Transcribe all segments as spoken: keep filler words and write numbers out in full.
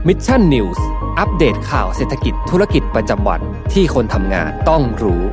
Mission News อัปเดตข่าวเศรษฐกิจธุรกิจประจำวันที่คนทำงานต้องรู้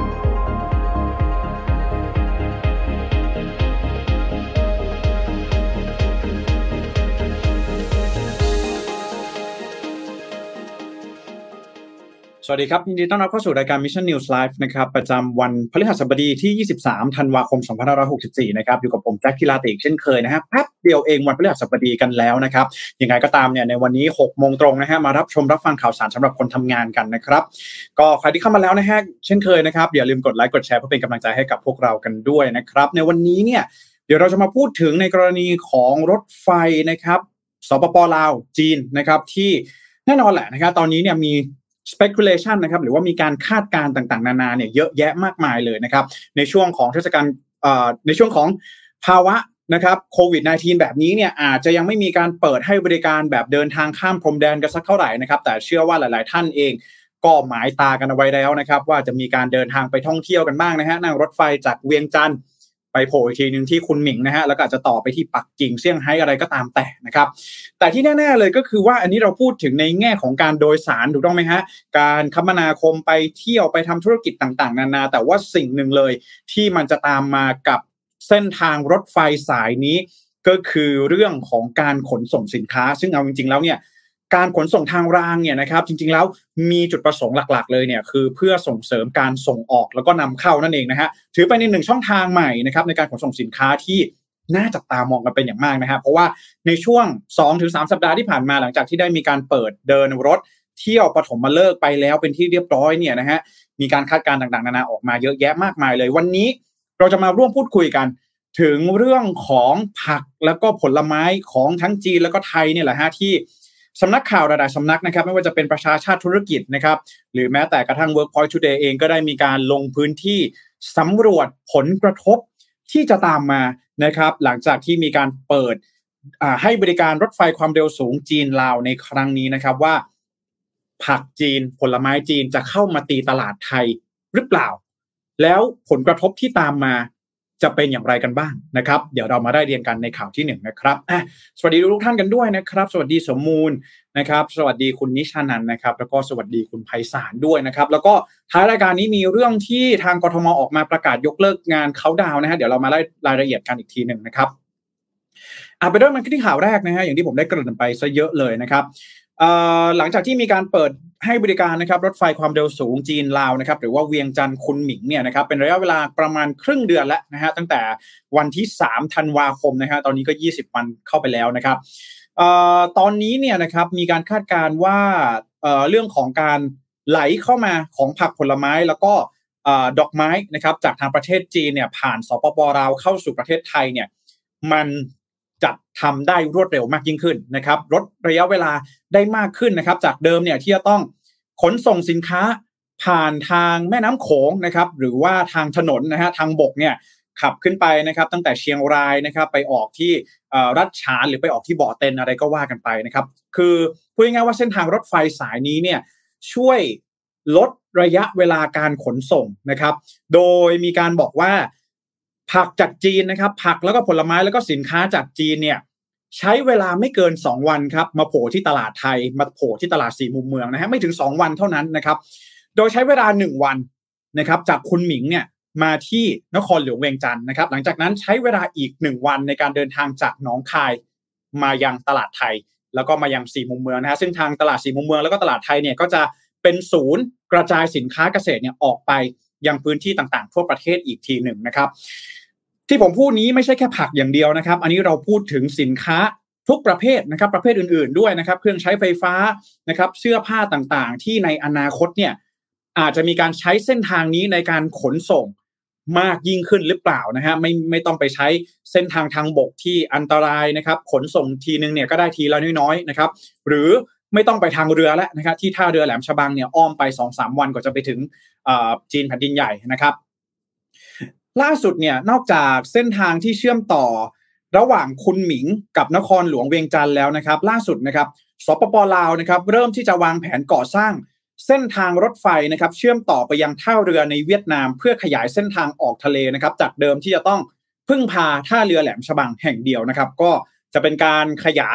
สวัสดีครับยินดีต้อนรับเข้าสู่รายการ Mission News Live นะครับประจำวันพฤหัสบดีที่ยี่สิบสามธันวาคมสองพันห้าร้อยหกสิบสี่นะครับอยู่กับผมแจ็คกีฬาติเช่นเคยนะฮะแป๊บเดียวเองวันพฤหัสบดีกันแล้วนะครับยังไงก็ตามเนี่ยในวันนี้ หกโมง ตรงนะฮะมารับชมรับฟังข่าวสารสำหรับคนทำงานกันนะครับก็ใครที่เข้ามาแล้วนะฮะเช่นเคยนะครับอย่าลืมกดไลค์กดแชร์เพื่อเป็นกำลังใจให้กับพวกเรากันด้วยนะครับในวันนี้เนี่ยเดี๋ยวเราจะมาพูดถึงในกรณีของรถไฟนะครับสปป.ลาวจีนนะครับที่แน่นอนแหละนะครับตอนนี้เนี่ยมีspeculation นะครับหรือว่ามีการคาดการณ์ต่างๆนานาเนี่ยเยอะแยะมากมายเลยนะครับในช่วงของเทศกาลเอ่อในช่วงของภาวะนะครับโควิด สิบเก้า แบบนี้เนี่ยอาจจะยังไม่มีการเปิดให้บริการแบบเดินทางข้ามพรมแดนกันสักเท่าไหร่นะครับแต่เชื่อว่าหลายๆท่านเองก็หมายตากันเอาไว้แล้วนะครับว่าจะมีการเดินทางไปท่องเที่ยวกันบ้างนะฮะนั่งรถไฟจากเวียงจันทร์ไปโผล่อีกทีนึงที่คุนหมิงนะฮะแล้วก็อาจจะต่อไปที่ปักกิ่งเซี่ยงไฮ้อะไรก็ตามแต่นะครับแต่ที่แน่ๆเลยก็คือว่าอันนี้เราพูดถึงในแง่ของการโดยสารถูกต้องไหมฮะการคมนาคมไปเที่ยวไปทำธุรกิจต่างๆนานาแต่ว่าสิ่งหนึ่งเลยที่มันจะตามมากับเส้นทางรถไฟสายนี้ก็คือเรื่องของการขนส่งสินค้าซึ่งเอาจริงๆแล้วเนี่ยการขนส่งทางรางเนี่ยนะครับจริงๆแล้วมีจุดประสงค์หลักๆเลยเนี่ยคือเพื่อส่งเสริมการส่งออกแล้วก็นำเข้านั่นเองนะฮะถือเป็นอีกหนึ่งช่องทางใหม่นะครับในการขนส่งสินค้าที่น่าจับตามองกันเป็นอย่างมากนะฮะเพราะว่าในช่วง สองถึงสาม สัปดาห์ที่ผ่านมาหลังจากที่ได้มีการเปิดเดินรถเที่ยวปฐมฤกษ์ไปแล้วเป็นที่เรียบร้อยเนี่ยนะฮะมีการคาดการณ์ต่างๆนานาออกมาเยอะแยะมากมายเลยวันนี้เราจะมาร่วมพูดคุยกันถึงเรื่องของผักแล้วก็ผลไม้ของทั้งจีนแล้วก็ไทยเนี่ยแหละฮะที่สำนักข่าวหลายๆสำนักนะครับไม่ว่าจะเป็นประชาชาติธุรกิจนะครับหรือแม้แต่กระทั่ง Workpoint Today เองก็ได้มีการลงพื้นที่สำรวจผลกระทบที่จะตามมานะครับหลังจากที่มีการเปิดให้บริการรถไฟความเร็วสูงจีนลาวในครั้งนี้นะครับว่าผักจีนผลไม้จีนจะเข้ามาตีตลาดไทยหรือเปล่าแล้วผลกระทบที่ตามมาจะเป็นอย่างไรกันบ้างนะครับเดี๋ยวเรามาได้เรียนกันในข่าวที่หนึ่งนะครับอ่ะสวัสดีทุกท่านกันด้วยนะครับสวัสดีสมมูลนะครับสวัสดีคุณนิชานันท์นะครับแล้วก็สวัสดีคุณไพศาลด้วยนะครับแล้วก็ท้ายรายการนี้มีเรื่องที่ทางกทม.ออกมาประกาศยกเลิกงานเค้าดาวน์นะฮะเดี๋ยวเรามาไล่รายละเอียดกันอีกทีหนึ่งนะครับอ่ะไปเริ่มกันที่ข่าวแรกนะฮะอย่างที่ผมได้เกริ่นไปซะเยอะเลยนะครับเอ่อหลังจากที่มีการเปิดให้บริการนะครับรถไฟความเร็วสูงจีนลาวนะครับหรือว่าเวียงจันทร์คุนหมิงเนี่ยนะครับเป็นระยะเวลาประมาณครึ่งเดือนแล้วนะฮะตั้งแต่วันที่สามธันวาคมนะฮะตอนนี้ก็ยี่สิบวันเข้าไปแล้วนะครับเอ่อตอนนี้เนี่ยนะครับมีการคาดการณ์ว่าเอ่อเรื่องของการไหลเข้ามาของผักผลไม้แล้วก็เอ่อดอกไม้นะครับจากทางประเทศจีนเนี่ยผ่านสปป.ลาวเข้าสู่ประเทศไทยเนี่ยมันจะทำได้รวดเร็วมากยิ่งขึ้นนะครับลดระยะเวลาได้มากขึ้นนะครับจากเดิมเนี่ยที่จะต้องขนส่งสินค้าผ่านทางแม่น้ำโขงนะครับหรือว่าทางถนนนะฮะทางบกเนี่ยขับขึ้นไปนะครับตั้งแต่เชียงรายนะครับไปออกที่รัชฉานหรือไปออกที่บ่อเต็นอะไรก็ว่ากันไปนะครับคือพูดง่ายๆว่าเส้นทางรถไฟสายนี้เนี่ยช่วยลดระยะเวลาการขนส่งนะครับโดยมีการบอกว่าผักจากจีนนะครับผักแล้วก็ผลไม้แล้วก็สินค้าจากจีนเนี่ยใช้เวลาไม่เกินสองวันครับมาโผล่ที่ตลาดไทยมาโผล่ที่ตลาดสี่มุมเมืองนะฮะไม่ถึงสองวันเท่านั้นนะครับโดยใช้เวลาหนึ่งวันนะครับจากคุนหมิงเนี่ยมาที่นครหลวงเวียงจันทร์นะครับหลังจากนั้นใช้เวลาอีกหนึ่งวันในการเดินทางจากหนองคายมายังตลาดไทยแล้วก็มายังสี่มุมเมืองนะฮะซึ่งทางตลาดสี่มุมเมืองแล้วก็ตลาดไทยเนี่ยก็จะเป็นศูนย์กระจายสินค้าเกษตรเนี่ยออกไปยังพื้นที่ต่างๆทั่วประเทศอีกทีหนึ่งนะครับที่ผมพูดนี้ไม่ใช่แค่ผักอย่างเดียวนะครับอันนี้เราพูดถึงสินค้าทุกประเภทนะครับประเภทอื่นๆด้วยนะครับเครื่องใช้ไฟฟ้านะครับเสื้อผ้าต่างๆที่ในอนาคตเนี่ยอาจจะมีการใช้เส้นทางนี้ในการขนส่งมากยิ่งขึ้นหรือเปล่านะฮะไม่ไม่ต้องไปใช้เส้นทางทางบกที่อันตรายนะครับขนส่งทีนึงเนี่ยก็ได้ทีละน้อยๆนะครับหรือไม่ต้องไปทางเรือแล้วนะครับที่ท่าเรือแหลมฉบังเนี่ยอ้อมไป สองถึงสาม วันกว่าจะไปถึงจีนแผ่นดินใหญ่นะครับล่าสุดเนี่ยนอกจากเส้นทางที่เชื่อมต่อระหว่างคุนหมิงกับนครหลวงเวียงจันทร์แล้วนะครับล่าสุดนะครับสปป.ลาวนะครับเริ่มที่จะวางแผนก่อสร้างเส้นทางรถไฟนะครับเชื่อมต่อไปยังท่าเรือในเวียดนามเพื่อขยายเส้นทางออกทะเลนะครับจากเดิมที่จะต้องพึ่งพาท่าเรือแหลมฉบังแห่งเดียวนะครับก็จะเป็นการขยาย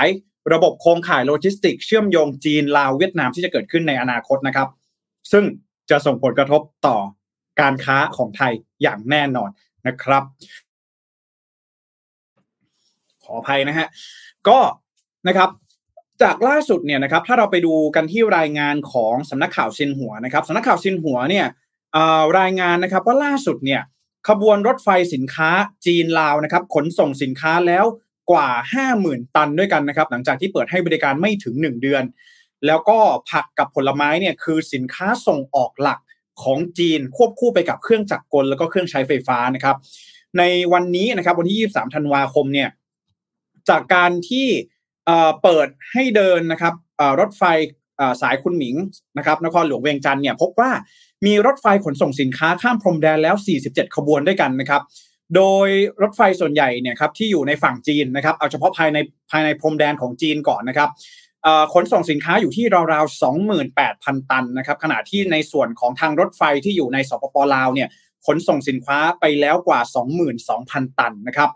ระบบโครงข่ายโลจิสติกเชื่อมโยงจีนลาวเวียดนามที่จะเกิดขึ้นในอนาคตนะครับซึ่งจะส่งผลกระทบต่อการค้าของไทยอย่างแน่นอนนะครับขออภัยนะฮะก็นะครับจากล่าสุดเนี่ยนะครับถ้าเราไปดูกันที่รายงานของสำนักข่าวซินหัวนะครับสำนักข่าวซินหัวเนี่ยรายงานนะครับว่าล่าสุดเนี่ยขบวนรถไฟสินค้าจีนลาวนะครับขนส่งสินค้าแล้วกว่า ห้าหมื่น ตันด้วยกันนะครับหลังจากที่เปิดให้บริการไม่ถึงหนึ่งเดือนแล้วก็ผักกับผลไม้เนี่ยคือสินค้าส่งออกหลักของจีนควบคู่ไปกับเครื่องจักรกลแล้วก็เครื่องใช้ไฟฟ้านะครับในวันนี้นะครับวันที่ยี่สิบสามธันวาคมเนี่ยจากการที่เปิดให้เดินนะครับรถไฟสายคุนหมิงนะครับนครหลวงเวียงจันทร์เนี่ยพบว่ามีรถไฟขนส่งสินค้าข้ามพรมแดนแล้วสี่สิบเจ็ดขบวนด้วยกันนะครับโดยรถไฟส่วนใหญ่เนี่ยครับที่อยู่ในฝั่งจีนนะครับเอาเฉพาะภายในภายในพรมแดนของจีนก่อนนะครับขนส่งสินค้าอยู่ที่ราวๆ สองหมื่นแปดพัน ตันนะครับขณะที่ในส่วนของทางรถไฟที่อยู่ในสปป.ลาวเนี่ยขนส่งสินค้าไปแล้วกว่า สองหมื่นสองพัน ตันนะครับ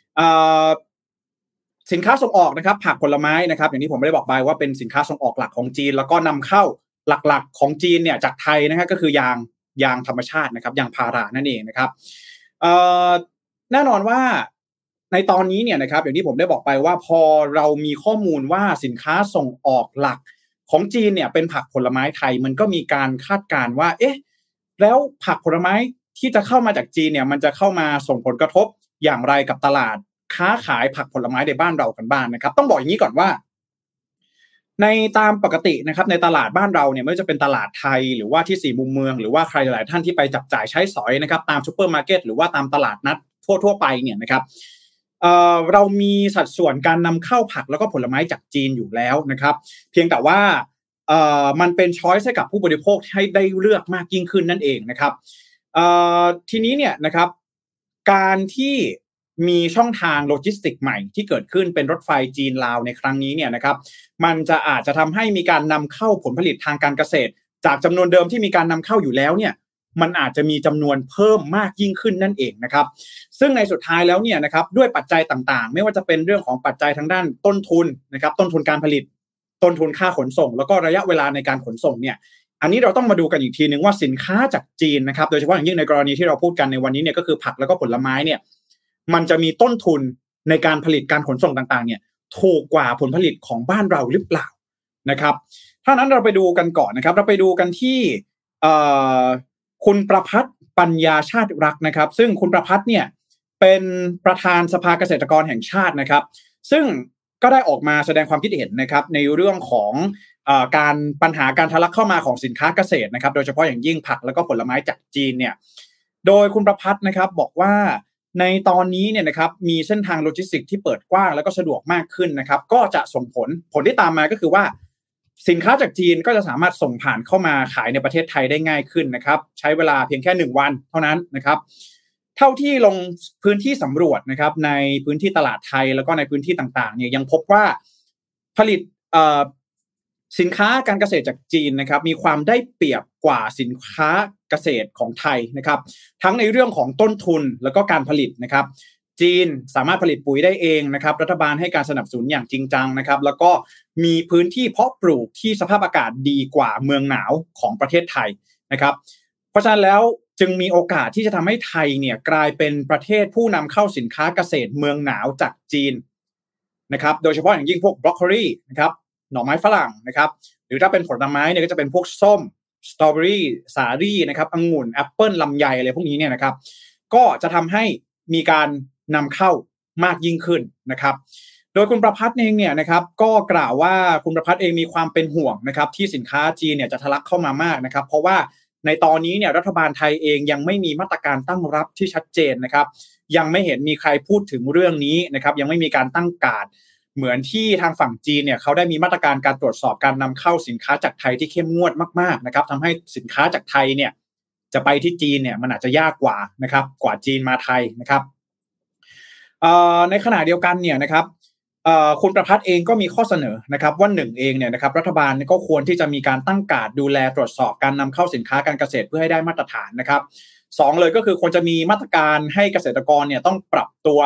สินค้าส่งออกนะครับผักผลไม้นะครับอย่างที่ผมได้บอกไปว่าเป็นสินค้าส่งออกหลักของจีนแล้วก็นำเข้าหลักๆของจีนเนี่ยจากไทยนะครับก็คือยางยางธรรมชาตินะครับยางพารานั่นเองนะครับแน่นอนว่าในตอนนี้เนี่ยนะครับอย่างที่ผมได้บอกไปว่าพอเรามีข้อมูลว่าสินค้าส่งออกหลักของจีนเนี่ยเป็นผักผลไม้ไทยมันก็มีการคาดการณ์ว่าเอ๊ะแล้วผักผลไม้ที่จะเข้ามาจากจีนเนี่ยมันจะเข้ามาส่งผลกระทบอย่างไรกับตลาดค้าขายผักผลไม้ในบ้านเรากันบ้าง น, นะครับต้องบอกอย่างนี้ก่อนว่าในตามปกตินะครับในตลาดบ้านเราเนี่ยไม่ว่าจะเป็นตลาดไทยหรือว่าที่สี่มุมเมืองหรือว่าใครหลายท่านที่ไปจับจ่ายใช้สอยนะครับตามซุปเปอร์มาร์เก็ตหรือว่าตามตลาดนัดทั่วๆไปเนี่ยนะครับ เอ่อเรามีสัดส่วนการนำเข้าผักแล้วก็ผลไม้จากจีนอยู่แล้วนะครับเพียงแต่ว่าเอ่อมันเป็นช้อยส์ให้กับผู้บริโภคให้ได้เลือกมากยิ่งขึ้นนั่นเองนะครับเอ่อทีนี้เนี่ยนะครับการที่มีช่องทางโลจิสติกใหม่ที่เกิดขึ้นเป็นรถไฟจีนลาวในครั้งนี้เนี่ยนะครับมันจะอาจจะทำให้มีการนำเข้าผลผลิตทางการเกษตรจากจำนวนเดิมที่มีการนำเข้าอยู่แล้วเนี่ยมันอาจจะมีจำนวนเพิ่มมากยิ่งขึ้นนั่นเองนะครับซึ่งในสุดท้ายแล้วเนี่ยนะครับด้วยปัจจัยต่างๆไม่ว่าจะเป็นเรื่องของปัจจัยทางด้านต้นทุนนะครับต้นทุนการผลิตต้นทุนค่าขนส่งแล้วก็ระยะเวลาในการขนส่งเนี่ยอันนี้เราต้องมาดูกันอีกทีนึงว่าสินค้าจากจีนนะครับโดยเฉพาะอย่างยิ่งในกรณีที่เราพูดกันในวันนี้เนี่ยก็คือผักแล้วก็ผลไม้เนี่ยมันจะมีต้นทุนในการผลิตการขนส่งต่างๆเนี่ยถูกกว่าผลผลิตของบ้านเราหรือเปล่านะครับถ้านั้นเราไปดูกันก่อนนะครับเราไปดูกันที่คุณประภัสปัญญาชาติรักนะครับซึ่งคุณประภัสเนี่ยเป็นประธานสภาเกษตรกรแห่งชาตินะครับซึ่งก็ได้ออกมาแสดงความคิดเห็นนะครับในเรื่องของเอ่อการปัญหาการทะลักเข้ามาของสินค้าเกษตรนะครับโดยเฉพาะอย่างยิ่งผักแล้วก็ผลไม้จากจีนเนี่ยโดยคุณประภัสนะครับบอกว่าในตอนนี้เนี่ยนะครับมีเส้นทางโลจิสติกที่เปิดกว้างแล้วก็สะดวกมากขึ้นนะครับก็จะส่งผลผลที่ตามมาก็คือว่าสินค้าจากจีนก็จะสามารถส่งผ่านเข้ามาขายในประเทศไทยได้ง่ายขึ้นนะครับใช้เวลาเพียงแค่หนึ่งวันเท่านั้นนะครับเท่าที่ลงพื้นที่สำรวจนะครับในพื้นที่ตลาดไทยแล้วก็ในพื้นที่ต่างๆเนี่ยยังพบว่าผลิตสินค้าการเกษตรจากจีนนะครับมีความได้เปรียบกว่าสินค้าเกษตรของไทยนะครับทั้งในเรื่องของต้นทุนแล้วก็การผลิตนะครับจีนสามารถผลิตปุ๋ยได้เองนะครับรัฐบาลให้การสนับสนุนอย่างจริงจังนะครับแล้วก็มีพื้นที่เพาะปลูกที่สภาพอากาศดีกว่าเมืองหนาวของประเทศไทยนะครับเพราะฉะนั้นแล้วจึงมีโอกาสที่จะทำให้ไทยเนี่ยกลายเป็นประเทศผู้นำเข้าสินค้าเกษตรเมืองหนาวจากจีนนะครับโดยเฉพาะอย่างยิ่งพวกบรอกโคลีนะครับหน่อไม้ฝรั่งนะครับหรือถ้าเป็นผลไม้เนี่ยก็จะเป็นพวกส้มสตรอเบอรี่สาลี่นะครับองุ่นแอปเปิ้ลลำไยอะไรพวกนี้เนี่ยนะครับก็จะทำให้มีการนำเข้ามากยิ่งขึ้นนะครับโดยคุณประภัสเองเนี่ยนะครับก็กล่าวว่าคุณประภัสเองมีความเป็นห่วงนะครับที่สินค้าจีนเนี่ยจะทะลักเข้ามามากนะครับเพราะว่าในตอนนี้เนี่ยรัฐบาลไทยเองยังไม่มีมาตรการตั้งรับที่ชัดเจนนะครับยังไม่เห็นมีใครพูดถึงเรื่องนี้นะครับยังไม่มีการตั้งการ์ดเหมือนที่ทางฝั่งจีนเนี่ยเขาได้มีมาตรการการตรวจสอบการนำเข้าสินค้าจากไทยที่เข้มงวดมากๆนะครับทำให้สินค้าจากไทยเนี่ยจะไปที่จีนเนี่ยมันอาจจะยากกว่านะครับกว่าจีนมาไทยนะครับในขณะเดียวกันเนี่ยนะครับคุณประภัสเองก็มีข้อเสนอนะครับว่าหนึ่งเองเนี่ยนะครับรัฐบาลก็ควรที่จะมีการตั้งการ์ดดูแลตรวจสอบการนำเข้าสินค้าการเกษตรเพื่อให้ได้มาตรฐานนะครับสองเลยก็คือควรจะมีมาตรการให้เกษตรกรเนี่ยต้องปรับตัว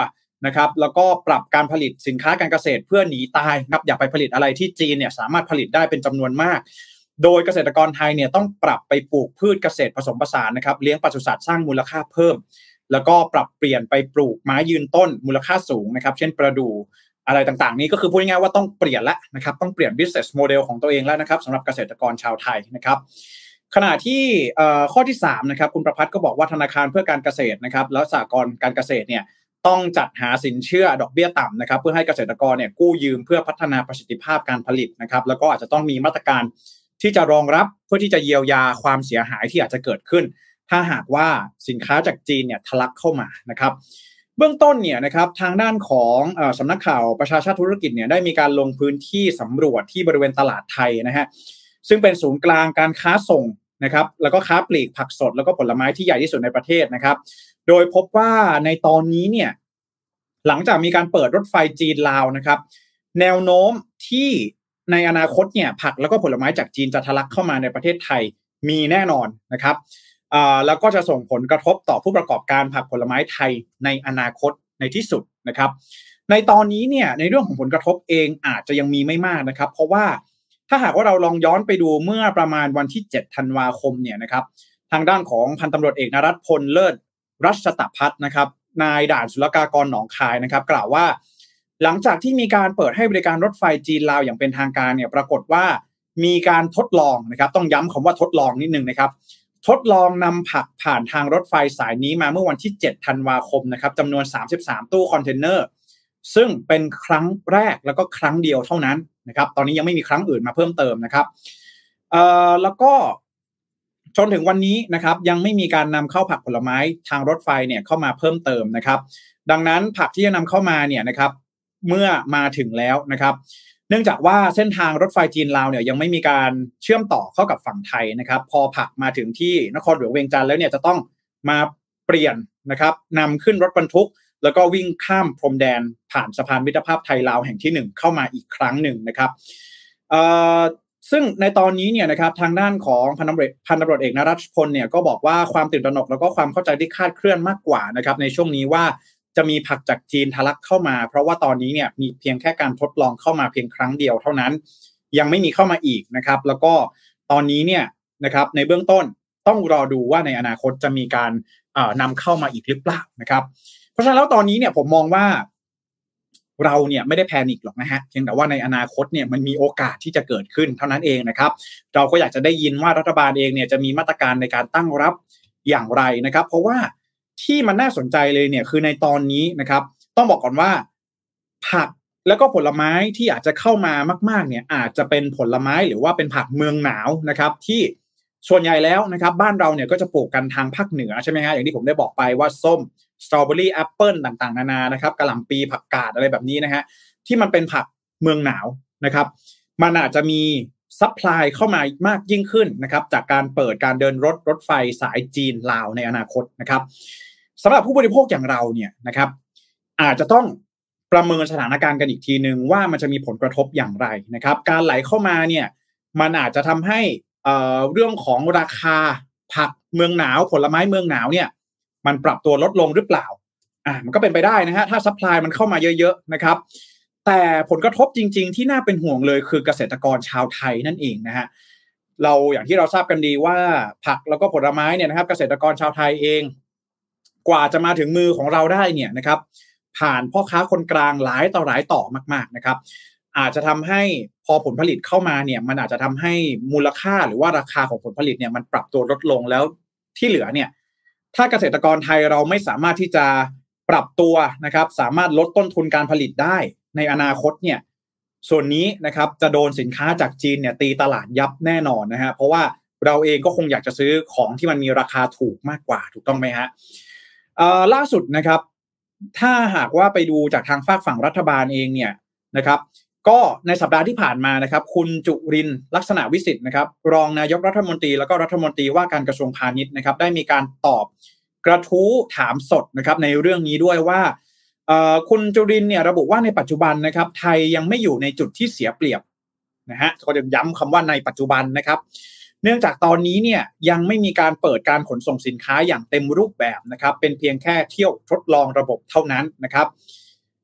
นะครับแล้วก็ปรับการผลิตสินค้าการเกษตรเพื่อหนีตายครับอย่าไปผลิตอะไรที่จีนเนี่ยสามารถผลิตได้เป็นจำนวนมากโดยเกษตรกรไทยเนี่ยต้องปรับไปปลูกพืชเกษตรผสมผสานนะครับเลี้ยงปศุสัตว์สร้างมูลค่าเพิ่มแล้วก็ปรับเปลี่ยนไปปลูกไม้ยืนต้นมูลค่าสูงนะครับเช่นประดู่อะไรต่างๆนี้ก็คือพูดง่ายๆว่าต้องเปลี่ยนแล้วนะครับต้องเปลี่ยน business model ของตัวเองแล้วนะครับสำหรับเกษตรกรชาวไทยนะครับขณะที่ข้อที่สามนะครับคุณประภัสก็บอกว่าธนาคารเพื่อการเกษตรนะครับแล้วสหกรณ์การเกษตรเนี่ยต้องจัดหาสินเชื่อดอกเบี้ยต่ำนะครับเพื่อให้เกษตรกรเนี่ยกู้ยืมเพื่อพัฒนาประสิทธิภาพการผลิตนะครับแล้วก็อาจจะต้องมีมาตรการที่จะรองรับเพื่อที่จะเยียวยาความเสียหายที่อาจจะเกิดขึ้นถ้าหากว่าสินค้าจากจีนเนี่ยทะลักเข้ามานะครับเบื้องต้นเนี่ยนะครับทางด้านของเอ่อสำนักข่าวประชาชาติธุรกิจเนี่ยได้มีการลงพื้นที่สำรวจที่บริเวณตลาดไทยนะฮะซึ่งเป็นศูนย์กลางการค้าส่งนะครับแล้วก็ค้าปลีกผักสดแล้วก็ผลไม้ที่ใหญ่ที่สุดในประเทศนะครับโดยพบว่าในตอนนี้เนี่ยหลังจากมีการเปิดรถไฟจีนลาวนะครับแนวโน้มที่ในอนาคตเนี่ยผักแล้วก็ผลไม้จากจีนจะทะลักเข้ามาในประเทศไทยมีแน่นอนนะครับแล้วก็จะส่งผลกระทบต่อผู้ประกอบการผักผลไม้ไทยในอนาคตในที่สุดนะครับในตอนนี้เนี่ยในเรื่องของผลกระทบเองอาจจะยังมีไม่มากนะครับเพราะว่าถ้าหากว่าเราลองย้อนไปดูเมื่อประมาณวันที่เจ็ดธันวาคมเนี่ยนะครับทางด้านของพันตำรวจเอกนรัตน์พลเลิศรัชตภัทรนะครับนายด่านศุลกากรหนองคายนะครับกล่าวว่าหลังจากที่มีการเปิดให้บริการรถไฟจีนลาวอย่างเป็นทางการเนี่ยปรากฏว่ามีการทดลองนะครับต้องย้ำคำว่าทดลองนิดนึงนะครับทดลองนำผักผ่านทางรถไฟสายนี้มาเมื่อวันที่เจ็ดธันวาคมนะครับจำนวนสามสิบสามตู้คอนเทนเนอร์ซึ่งเป็นครั้งแรกแล้วก็ครั้งเดียวเท่านั้นนะครับตอนนี้ยังไม่มีครั้งอื่นมาเพิ่มเติมนะครับเอ่อแล้วก็จนถึงวันนี้นะครับยังไม่มีการนำเข้าผักผลไม้ทางรถไฟเนี่ยเข้ามาเพิ่มเติมนะครับดังนั้นผักที่จะนำเข้ามาเนี่ยนะครับเมื่อมาถึงแล้วนะครับเนื่องจากว่าเส้นทางรถไฟจีนลาวเนี่ยยังไม่มีการเชื่อมต่อเข้ากับฝั่งไทยนะครับพอผักมาถึงที่นครหลวงเวียงจันทร์แล้วเนี่ยจะต้องมาเปลี่ยนนะครับนำขึ้นรถบรรทุกแล้วก็วิ่งข้ามพรมแดนผ่านสะพานมิตรภาพไทยลาวแห่งที่หนึ่งเข้ามาอีกครั้งหนึ่งนะครับเอ่อซึ่งในตอนนี้เนี่ยนะครับทางด้านของพันตำรวจพันตำรวจเอกนรัตน์พลเนี่ยก็บอกว่าความตื่นตระหนกแล้วก็ความเข้าใจที่คลาดเคลื่อนมากกว่านะครับในช่วงนี้ว่าจะมีผักจากจีนทะลักเข้ามาเพราะว่าตอนนี้เนี่ยมีเพียงแค่การทดลองเข้ามาเพียงครั้งเดียวเท่านั้นยังไม่มีเข้ามาอีกนะครับแล้วก็ตอนนี้เนี่ยนะครับในเบื้องต้นต้องรอดูว่าในอนาคตจะมีการเอ่อนำเข้ามาอีกหรือเปล่านะครับเพราะฉะนั้นแล้วตอนนี้เนี่ยผมมองว่าเราเนี่ยไม่ได้แพนิคหรอกนะฮะเพียงแต่ว่าในอนาคตเนี่ยมันมีโอกาสที่จะเกิดขึ้นเท่านั้นเองนะครับเราก็อยากจะได้ยินว่ารัฐบาลเองเนี่ยจะมีมาตรการในการตั้งรับอย่างไรนะครับเพราะว่าที่มันน่าสนใจเลยเนี่ยคือในตอนนี้นะครับต้องบอกก่อนว่าผักแล้วก็ผลไม้ที่อาจจะเข้ามามากๆเนี่ยอาจจะเป็นผลไม้หรือว่าเป็นผักเมืองหนาวนะครับที่ส่วนใหญ่แล้วนะครับบ้านเราเนี่ยก็จะปลูกกันทางภาคเหนือใช่ไหมฮะอย่างที่ผมได้บอกไปว่าส้มสตรอเบอรี่แอปเปิลต่างๆนานานะครับกะหล่ำปีผักกาดอะไรแบบนี้นะฮะที่มันเป็นผักเมืองหนาวนะครับมันอาจจะมีซัพพลายเข้ามามากยิ่งขึ้นนะครับจากการเปิดการเดินรถรถไฟสายจีนลาวในอนาคตนะครับสำหรับผู้บริโภคอย่างเราเนี่ยนะครับอาจจะต้องประเมินสถานการณ์กันอีกทีนึงว่ามันจะมีผลกระทบอย่างไรนะครับการไหลเข้ามาเนี่ยมันอาจจะทำให้เอ่อเรื่องของราคาผักเมืองหนาวผลไม้เมืองหนาวเนี่ยมันปรับตัวลดลงหรือเปล่าอ่ามันก็เป็นไปได้นะฮะถ้าซัพพลายมันเข้ามาเยอะๆนะครับแต่ผลกระทบจริงๆที่น่าเป็นห่วงเลยคือเกษตรกรชาวไทยนั่นเองนะฮะเราอย่างที่เราทราบกันดีว่าผักแล้วก็ผลไม้เนี่ยนะครับเกษตรกรชาวไทยเองกว่าจะมาถึงมือของเราได้เนี่ยนะครับผ่านพ่อค้าคนกลางหลายต่อหลายต่อมากๆนะครับอาจจะทำให้พอผลผลิตเข้ามาเนี่ยมันอาจจะทำให้มูลค่าหรือว่าราคาของผลผลิตเนี่ยมันปรับตัวลดลงแล้วที่เหลือเนี่ยถ้าเกษตรกรไทยเราไม่สามารถที่จะปรับตัวนะครับสามารถลดต้นทุนการผลิตได้ในอนาคตเนี่ยส่วนนี้นะครับจะโดนสินค้าจากจีนเนี่ยตีตลาดยับแน่นอนนะฮะเพราะว่าเราเองก็คงอยากจะซื้อของที่มันมีราคาถูกมากกว่าถูกต้องไหมฮะเอ่อล่าสุดนะครับถ้าหากว่าไปดูจากทางฝากฝั่งรัฐบาลเองเนี่ยนะครับก็ในสัปดาห์ที่ผ่านมานะครับคุณจุรินทร์ลักษณะวิสิทธิ์นะครับรองนายกรัฐมนตรีแล้วก็รัฐมนตรีว่าการกระทรวงพาณิชย์นะครับได้มีการตอบกระทู้ถามสดนะครับในเรื่องนี้ด้วยว่าคุณจุรินทร์เนี่ยระบุว่าในปัจจุบันนะครับไทยยังไม่อยู่ในจุดที่เสียเปรียบนะฮะก็จะย้ำคำว่าในปัจจุบันนะครับเนื่องจากตอนนี้เนี่ยยังไม่มีการเปิดการขนส่งสินค้าอย่างเต็มรูปแบบนะครับเป็นเพียงแค่เที่ยวทดลองระบบเท่านั้นนะครับ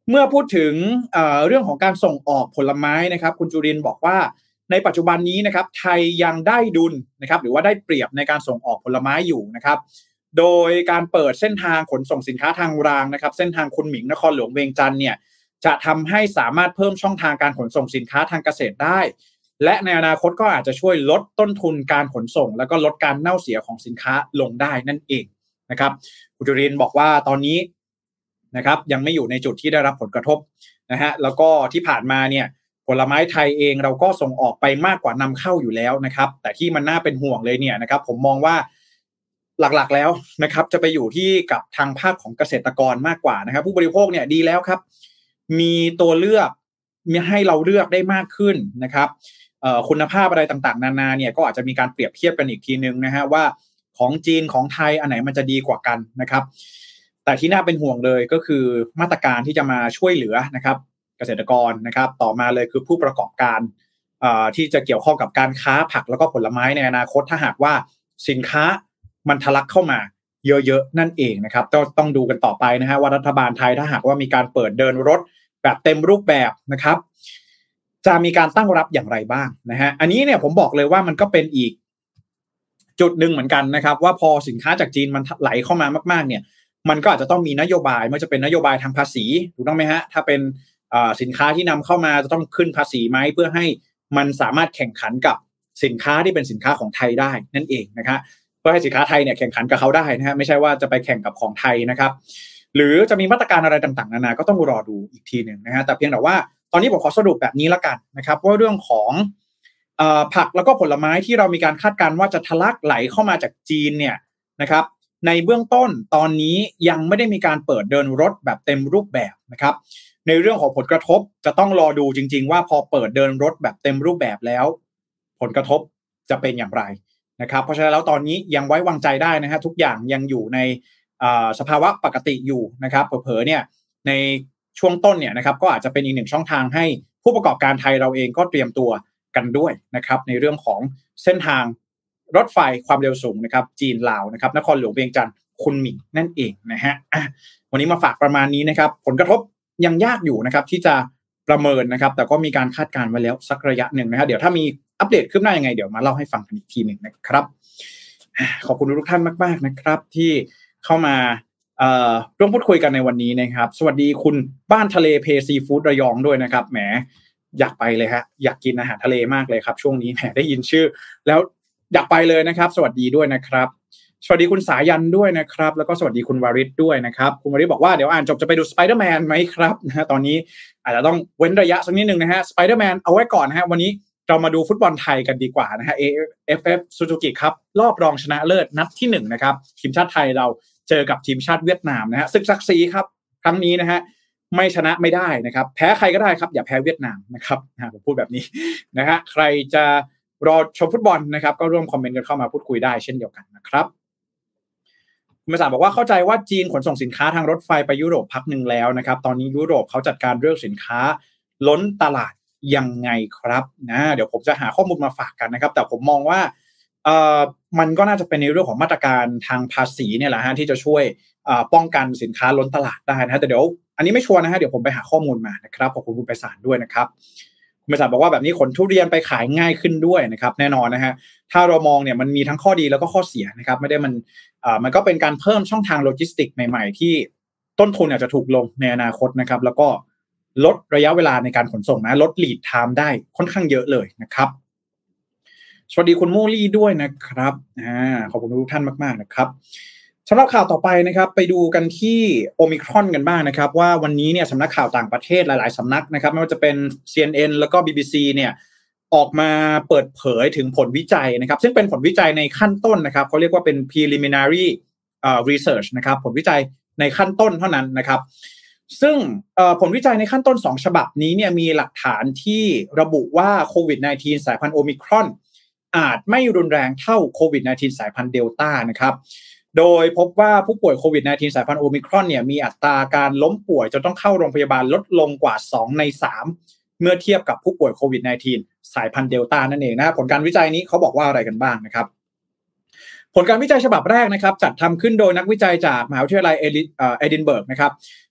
เมื่อพูดถึงเอ่อเรื่องของการส่งออกผลไม้นะครับคุณจุรินทร์บอกว่าในปัจจุบันนี้นะครับไทยยังได้ดุลนะครับหรือว่าได้เปรียบในการส่งออกผลไม้อยู่นะครับโดยการเปิดเส้นทางขนส่งสินค้าทางรางนะครับเส้นทางคุณหมิงนครหลวงเวียงจันทร์เนี่ยจะทำให้สามารถเพิ่มช่องทางการขนส่งสินค้าทางเกษตรได้และในอนาคตก็อาจจะช่วยลดต้นทุนการขนส่งแล้วก็ลดการเน่าเสียของสินค้าลงได้นั่นเองนะครับคุณจุรินทร์บอกว่าตอนนี้นะครับยังไม่อยู่ในจุดที่ได้รับผลกระทบนะฮะแล้วก็ที่ผ่านมาเนี่ยผลไม้ไทยเองเราก็ส่งออกไปมากกว่านำเข้าอยู่แล้วนะครับแต่ที่มันน่าเป็นห่วงเลยเนี่ยนะครับผมมองว่าหลักๆแล้วนะครับจะไปอยู่ที่กับทางภาคของเกษตรกรมากกว่านะครับผู้บริโภคเนี่ยดีแล้วครับมีตัวเลือกมีให้เราเลือกได้มากขึ้นนะครับคุณภาพอะไรต่างๆนานาเนี่ยก็อาจจะมีการเปรียบเทียบกันอีกทีนึงนะฮะว่าของจีนของไทยอันไหนมันจะดีกว่ากันนะครับแต่ที่น่าเป็นห่วงเลยก็คือมาตรการที่จะมาช่วยเหลือนะครับเกษตรกรนะครับต่อมาเลยคือผู้ประกอบการที่จะเกี่ยวข้องกับการค้าผักแล้วก็ผลไม้ในอนาคตถ้าหากว่าสินค้ามันทะลักเข้ามาเยอะๆนั่นเองนะครับต้องต้องดูกันต่อไปนะฮะว่ารัฐบาลไทยถ้าหากว่ามีการเปิดเดินรถแบบเต็มรูปแบบนะครับจะมีการตั้งรับอย่างไรบ้างนะฮะอันนี้เนี่ยผมบอกเลยว่ามันก็เป็นอีกจุดหนึ่งเหมือนกันนะครับว่าพอสินค้าจากจีนมันไหลเข้ามามากๆเนี่ยมันก็อาจจะต้องมีนโยบายไม่ว่าจะเป็นนโยบายทางภาษีถูกต้องไหมฮะถ้าเป็นสินค้าที่นำเข้ามาจะต้องขึ้นภาษีไหมเพื่อให้มันสามารถแข่งขันกับสินค้าที่เป็นสินค้าของไทยได้นั่นเองนะครับเพื่อให้สินค้าไทยเนี่ยแข่งขันกับเขาได้นะฮะไม่ใช่ว่าจะไปแข่งกับของไทยนะครับหรือจะมีมาตรการอะไรต่างๆนานาก็ต้องรอดูอีกทีนึงนะฮะแต่เพียงแต่ว่าตอนนี้ผมขอสรุปแบบนี้ละกันนะครับว่าเรื่องของเอ่อผักแล้วก็ผลไม้ที่เรามีการคาดการณ์ว่าจะทะลักไหลเข้ามาจากจีนเนี่ยนะครับในเบื้องต้นตอนนี้ยังไม่ได้มีการเปิดเดินรถแบบเต็มรูปแบบนะครับในเรื่องของผลกระทบจะต้องรอดูจริงๆว่าพอเปิดเดินรถแบบเต็มรูปแบบแล้วผลกระทบจะเป็นอย่างไรนะครับเพราะฉะนั้นแล้วตอนนี้ยังไว้วางใจได้นะฮะทุกอย่างยังอยู่ในสภาวะปกติอยู่นะครับเผลอๆเนี่ยในช่วงต้นเนี่ยนะครับก็อาจจะเป็นอีกหนึ่งช่องทางให้ผู้ประกอบการไทยเราเองก็เตรียมตัวกันด้วยนะครับในเรื่องของเส้นทางรถไฟความเร็วสูงนะครับจีนลาวนะครับนครหลวงเวียงจันทร์คุนหมิงนั่นเองนะฮะวันนี้มาฝากประมาณนี้นะครับผลกระทบยังยากอยู่นะครับที่จะประเมินนะครับแต่ก็มีการคาดการณ์ไว้แล้วสักระยะหนึ่งนะครับเดี๋ยวถ้ามีอัปเดตขึ้นหน้ายังไงเดี๋ยวมาเล่าให้ฟังกันอีกทีหนึ่งนะครับขอบคุณทุกท่านมากๆนะครับที่เข้ามาร่วมพูดคุยกันในวันนี้นะครับสวัสดีคุณบ้านทะเลเพซีฟู้ดระยองด้วยนะครับแหมอยากไปเลยฮะอยากกินอาหารทะเลมากเลยครับช่วงนี้แหมได้ยินชื่อแล้วอยากไปเลยนะครับสวัสดีด้วยนะครับสวัสดีคุณสายันด้วยนะครับแล้วก็สวัสดีคุณวาริศด้วยนะครับคุณวาริศบอกว่าเดี๋ยวอ่านจบจะไปดูสไปเดอร์แมนไหมครับนะฮะตอนนี้อาจจะต้องเว้นระยะสักนิดนึงนะฮะสไปเดอร์แมนเอาไว้ก่อนนะฮะวันนี้เรามาดูฟุตบอลไทยกันดีกว่านะฮะ เอ เอฟ เอฟ Suzuki ครับรอบรองชนะเลิศนัดที่หนึ่งนะครับทีมชาติไทยเราเจอกับทีมชาติเวียดนามนะฮะศึกศักดิ์ศรีครับครั้งนี้นะฮะไม่ชนะไม่ได้นะครับแพ้ใครก็ได้ครับอย่าแพ้เวียดนามนะครับผมพูดแบบนี้นะฮะใครจะรอชมฟุตบอลนะครับก็ร่วมคอมเมนต์กันเข้ามาพูดคุยได้เช่นเดียวกันนะครับคุณประสาบอกว่าเข้าใจว่าจีนขนส่งสินค้าทางรถไฟไปยุโรปพักหนึ่งแล้วนะครับตอนนี้ยุโรปเขาจัดการเรื่องสินค้าล้นตลาดยังไงครับนะเดี๋ยวผมจะหาข้อมูลมาฝากกันนะครับแต่ผมมองว่าเอ่อมันก็น่าจะเป็นในเรื่องของมาตรการทางภาษีเนี่ยแหละฮะที่จะช่วยป้องกันสินค้าล้นตลาดได้นะฮะแต่เดี๋ยวอันนี้ไม่ชัวร์นะฮะเดี๋ยวผมไปหาข้อมูลมานะครับขอบคุณคุณไพศาลด้วยนะครับคุณไพศาลบอกว่าแบบนี้ขนทุเรียนไปขายง่ายขึ้นด้วยนะครับแน่นอนนะฮะถ้าเรามองเนี่ยมันมีทั้งข้อดีแล้วก็ข้อเสียนะครับไม่ได้มันอ่ามันก็เป็นการเพิ่มช่องทางโลจิสติกใหม่ๆที่ต้นทุนอาจจะถูกลงในอนาคตนะครับแล้วก็ลดระยะเวลาในการขนส่งนะลด lead time ได้ค่อนข้างเยอะเลยนะครับสวัสดีคุณโมลี่ด้วยนะครับอ่าขอบคุณทุกท่านมากๆนะครับสำหรับข่าวต่อไปนะครับไปดูกันที่โอมิครอนกันบ้างนะครับว่าวันนี้เนี่ยสำนักข่าวต่างประเทศหลายๆสำนักนะครับไม่ว่าจะเป็น ซี เอ็น เอ็น แล้วก็ บี บี ซี เนี่ยออกมาเปิดเผยถึงผลวิจัยนะครับซึ่งเป็นผลวิจัยในขั้นต้นนะครับเขาเรียกว่าเป็น preliminary uh, research นะครับผลวิจัยในขั้นต้นเท่านั้นนะครับซึ่งผลวิจัยในขั้นต้นสองฉบับนี้เนี่ยมีหลักฐานที่ระบุว่าโควิด สิบเก้า สายพันธุ์โอมิครอนอาจไม่รุนแรงเท่าโควิด สิบเก้า สายพันธุ์เดลต้านะครับโดยพบว่าผู้ป่วยโควิด สิบเก้า สายพันธุ์โอมิครอนเนี่ยมีอัตราการล้มป่วยจนต้องเข้าโรงพยาบาลลดลงกว่าสองในสามเมื่อเทียบกับผู้ป่วยโควิด สิบเก้า สายพันธุ์เดลต้านั่นเองนะผลการวิจัยนี้เขาบอกว่าอะไรกันบ้างนะครับผลการวิจัยฉบับแรกนะครับจัดทำขึ้นโดยนักวิจัยจากมหาวิทยาลัยเอดินเบิร์กนะครับ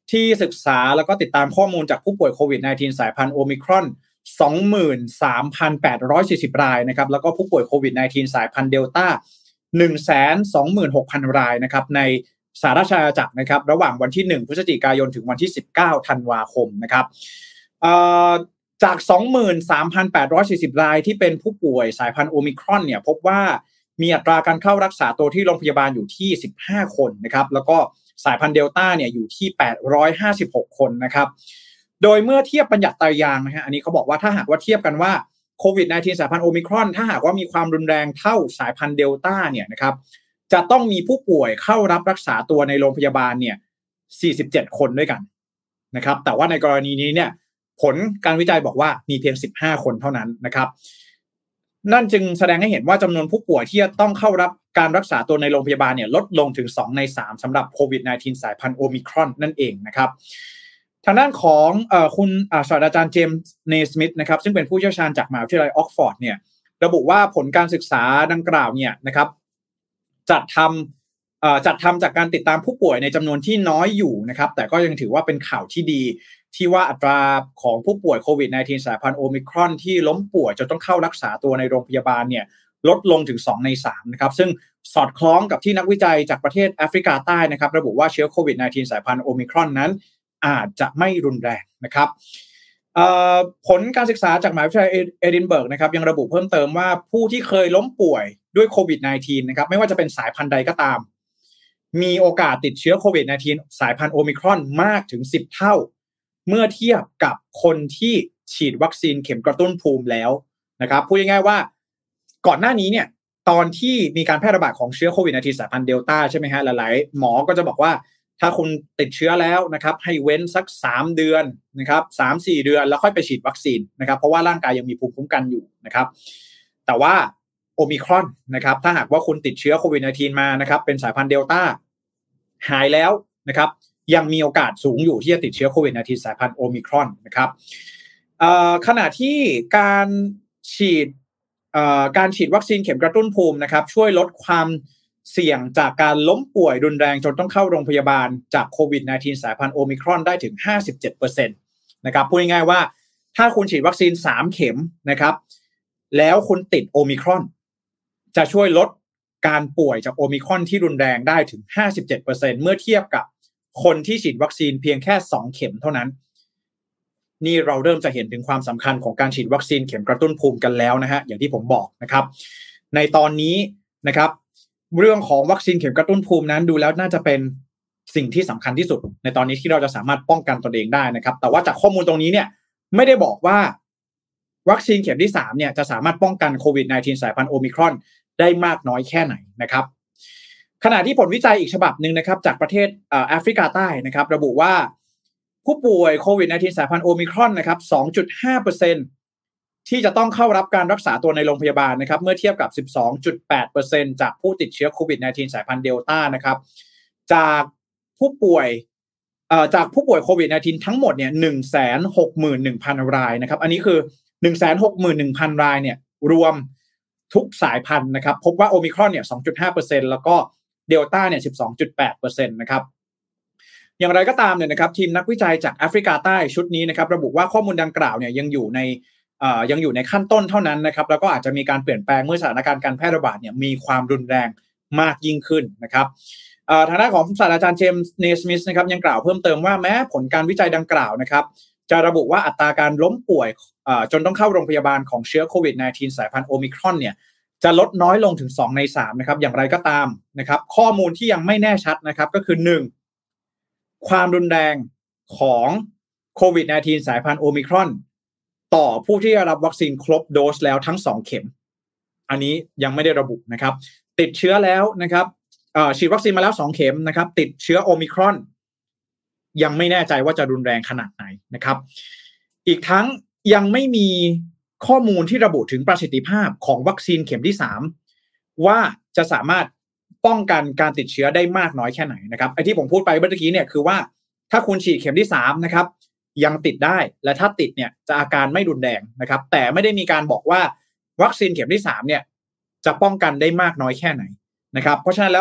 ที่ศึกษาแล้วก็ติดตามข้อมูลจากผู้ป่วยโควิด สิบเก้า สายพันธุ์โอมิครอน สองหมื่นสามพันแปดร้อยสี่สิบ รายนะครับแล้วก็ผู้ป่วยโควิด สิบเก้า สายพันธุ์เดลต้า หนึ่งแสนสองหมื่นหกพัน รายนะครับในสหราชอาณาจักรนะครับระหว่างวันที่หนึ่งพฤศจิกายนถึงวันที่สิบเก้าธันวาคมนะครับจาก สองหมื่นสามพันแปดร้อยสี่สิบ รายที่เป็นผู้ป่วยสายพันธุ์โอมิครอนเนี่ยพบว่ามีอัตราการเข้ารักษาตัวที่โรงพยาบาลอยู่ที่สิบห้าคนนะครับแล้วก็สายพันธุ์เดลต้าเนี่ยอยู่ที่แปดร้อยห้าสิบหกคนนะครับโดยเมื่อเทียบบัญญัติไตรยางค์นะฮะอันนี้เขาบอกว่าถ้าหากว่าเทียบกันว่าโควิด สิบเก้า สายพันธุ์โอมิครอนถ้าหากว่ามีความรุนแรงเท่าสายพันธุ์เดลต้าเนี่ยนะครับจะต้องมีผู้ป่วยเข้ารับรักษาตัวในโรงพยาบาลเนี่ยสี่สิบเจ็ดคนด้วยกันนะครับแต่ว่าในกรณีนี้เนี่ยผลการวิจัยบอกว่ามีเพียงสิบห้าคนเท่านั้นนะครับนั่นจึงแสดงให้เห็นว่าจำนวนผู้ป่วยที่จะต้องเข้ารับการรักษาตัวในโรงพยาบาลเนี่ยลดลงถึงสองในสามสำหรับโควิด สิบเก้า สายพันธุ์โอมิครอนนั่นเองนะครับทางด้านของเอ่อคุณศาสตราจารย์เจมส์เนสมิธนะครับซึ่งเป็นผู้เชี่ยวชาญจากมหาวิทยาลัยออกฟอร์ดเนี่ยระบุว่าผลการศึกษาดังกล่าวเนี่ยนะครับจัดทำเอ่อจัดทำจากการติดตามผู้ป่วยในจำนวนที่น้อยอยู่นะครับแต่ก็ยังถือว่าเป็นข่าวที่ดีที่ว่าอัตราของผู้ป่วยโควิด สิบเก้า สายพันธุ์โอมิครอนที่ล้มป่วยจนต้องเข้ารักษาตัวในโรงพยาบาลเนี่ยลดลงถึงสองในสามนะครับซึ่งสอดคล้องกับที่นักวิจัยจากประเทศแอฟริกาใต้นะครับระบุว่าเชื้อโควิด สิบเก้า สายพันธุ์โอมิครอนนั้นอาจจะไม่รุนแรงนะครับผลการศึกษาจากมหาวิทยาลัยเอดินเบิร์กนะครับยังระบุเพิ่มเติมว่าผู้ที่เคยล้มป่วยด้วยโควิด สิบเก้า นะครับไม่ว่าจะเป็นสายพันธุ์ใดก็ตามมีโอกาสติดเชื้อโควิด สิบเก้า สายพันธุ์โอมิครอนมากถึงสิบเท่าเมื่อเทียบกับคนที่ฉีดวัคซีนเข็มกระตุ้นภูมิแล้วนะครับพูดง่ายๆว่าก่อนหน้านี้เนี่ยตอนที่มีการแพร่ระบาดของเชื้อโควิด สิบเก้า สายพันธุ์เดลต้าใช่ไหมฮะหลายๆหมอก็จะบอกว่าถ้าคุณติดเชื้อแล้วนะครับให้เว้นสักสามเดือนนะครับ สามถึงสี่ เดือนแล้วค่อยไปฉีดวัคซีนนะครับเพราะว่าร่างกายยังมีภูมิคุ้มกันอยู่นะครับแต่ว่าโอมิครอนนะครับถ้าหากว่าคุณติดเชื้อโควิด สิบเก้า มานะครับเป็นสายพันธุ์เดลต้าหายแล้วนะครับยังมีโอกาสสูงอยู่ที่จะติดเชื้อโควิด สิบเก้า สายพันธุ์โอมิครอนนะครับขณะที่การฉีดการฉีดวัคซีนเข็มกระตุ้นภูมินะครับช่วยลดความเสี่ยงจากการล้มป่วยรุนแรงจนต้องเข้าโรงพยาบาลจากโควิด สิบเก้า สายพันธุ์โอมิครอนได้ถึง ห้าสิบเจ็ดเปอร์เซ็นต์ นะครับพูดง่ายๆว่าถ้าคุณฉีดวัคซีนสามเข็มนะครับแล้วคุณติดโอมิครอนจะช่วยลดการป่วยจากโอมิครอนที่รุนแรงได้ถึง ห้าสิบเจ็ดเปอร์เซ็นต์ เมื่อเทียบกับคนที่ฉีดวัคซีนเพียงแค่สองเข็มเท่านั้นนี่เราเริ่มจะเห็นถึงความสำคัญของการฉีดวัคซีนเข็มกระตุ้นภูมิกันแล้วนะฮะอย่างที่ผมบอกนะครับในตอนนี้นะครับเรื่องของวัคซีนเข็มกระตุ้นภูมินั้นดูแล้วน่าจะเป็นสิ่งที่สำคัญที่สุดในตอนนี้ที่เราจะสามารถป้องกันตนเองได้นะครับแต่ว่าจากข้อมูลตรงนี้เนี่ยไม่ได้บอกว่าวัคซีนเข็มที่สามเนี่ยจะสามารถป้องกันโควิด สิบเก้า สายพันธุ์โอมิครอนได้มากน้อยแค่ไหนนะครับขณะที่ผลวิจัยอีกฉบับหนึ่งนะครับจากประเทศแอฟริกาใต้นะครับระบุว่าผู้ป่วยโควิด สิบเก้า สายพันธุ์โอมิครอนนะครับ สองจุดห้าเปอร์เซ็นต์ ที่จะต้องเข้ารับการรักษาตัวในโรงพยาบาลนะครับเมื่อเทียบกับ สิบสองจุดแปดเปอร์เซ็นต์ จากผู้ติดเชื้อโควิด สิบเก้า สายพันธุ์เดลต้านะครับจากผู้ป่วยเอ่อจากผู้ป่วยโควิด สิบเก้า ทั้งหมดเนี่ย หนึ่งแสนหกหมื่นหนึ่งพัน รายนะครับอันนี้คือ หนึ่งแสนหกหมื่นหนึ่งพัน รายเนี่ยรวมทุกสายพันธุ์นะครับพบว่าโอมิครอนเนี่ย สองจุดห้าเปอร์เซ็นต์ แล้วก็เดลต้าเนี่ย สิบสองจุดแปดเปอร์เซ็นต์ นะครับอย่างไรก็ตามเนี่ยนะครับทีมนักวิจัยจากแอฟริกาใต้ชุดนี้นะครับระบุว่าข้อมูลดังกล่าวเนี่ยยังอยู่ในเอ่อยังอยู่ในขั้นต้นเท่านั้นนะครับแล้วก็อาจจะมีการเปลี่ยนแปลงเมื่อสถานการณ์การแพร่ระบาดเนี่ยมีความรุนแรงมากยิ่งขึ้นนะครับเอ่อทางด้านของศาสตราจารย์เจมส์เนสมิธนะครับยังกล่าวเพิ่มเติมว่าแม้ผลการวิจัยดังกล่าวนะครับจะระบุว่าอัตราการล้มป่วยเอ่อจนต้องเข้าโรงพยาบาลของเชื้อโควิด สิบเก้า สายพันธุ์โอมิครอนเนี่ยจะลดน้อยลงถึงสองในสามนะครับอย่างไรก็ตามนะครับข้อมูลที่ยังไม่แน่ชัดนะครับก็คือหนึ่งความรุนแรงของโควิด สิบเก้า สายพันธุ์โอมิครอนต่อผู้ที่ได้รับวัคซีนครบโดสแล้วทั้งสองเข็มอันนี้ยังไม่ได้ระบุนะครับติดเชื้อแล้วนะครับเอ่อฉีดวัคซีนมาแล้วสองเข็มนะครับติดเชื้อโอมิครอนยังไม่แน่ใจว่าจะรุนแรงขนาดไหนนะครับอีกทั้งยังไม่มีข้อมูลที่ระบุถึงประสิทธิภาพของวัคซีนเข็มที่สามว่าจะสามารถป้องกันการติดเชื้อได้มากน้อยแค่ไหนนะครับไอ้ที่ผมพูดไปเมื่อกี้เนี่ยคือว่าถ้าคุณฉีดเข็มที่สามนะครับยังติดได้และถ้าติดเนี่ยจะอาการไม่รุนแรงนะครับแต่ไม่ได้มีการบอกว่าวัคซีนเข็มที่สามเนี่ยจะป้องกันได้มากน้อยแค่ไหนนะครับเพราะฉะนั้นแล้ว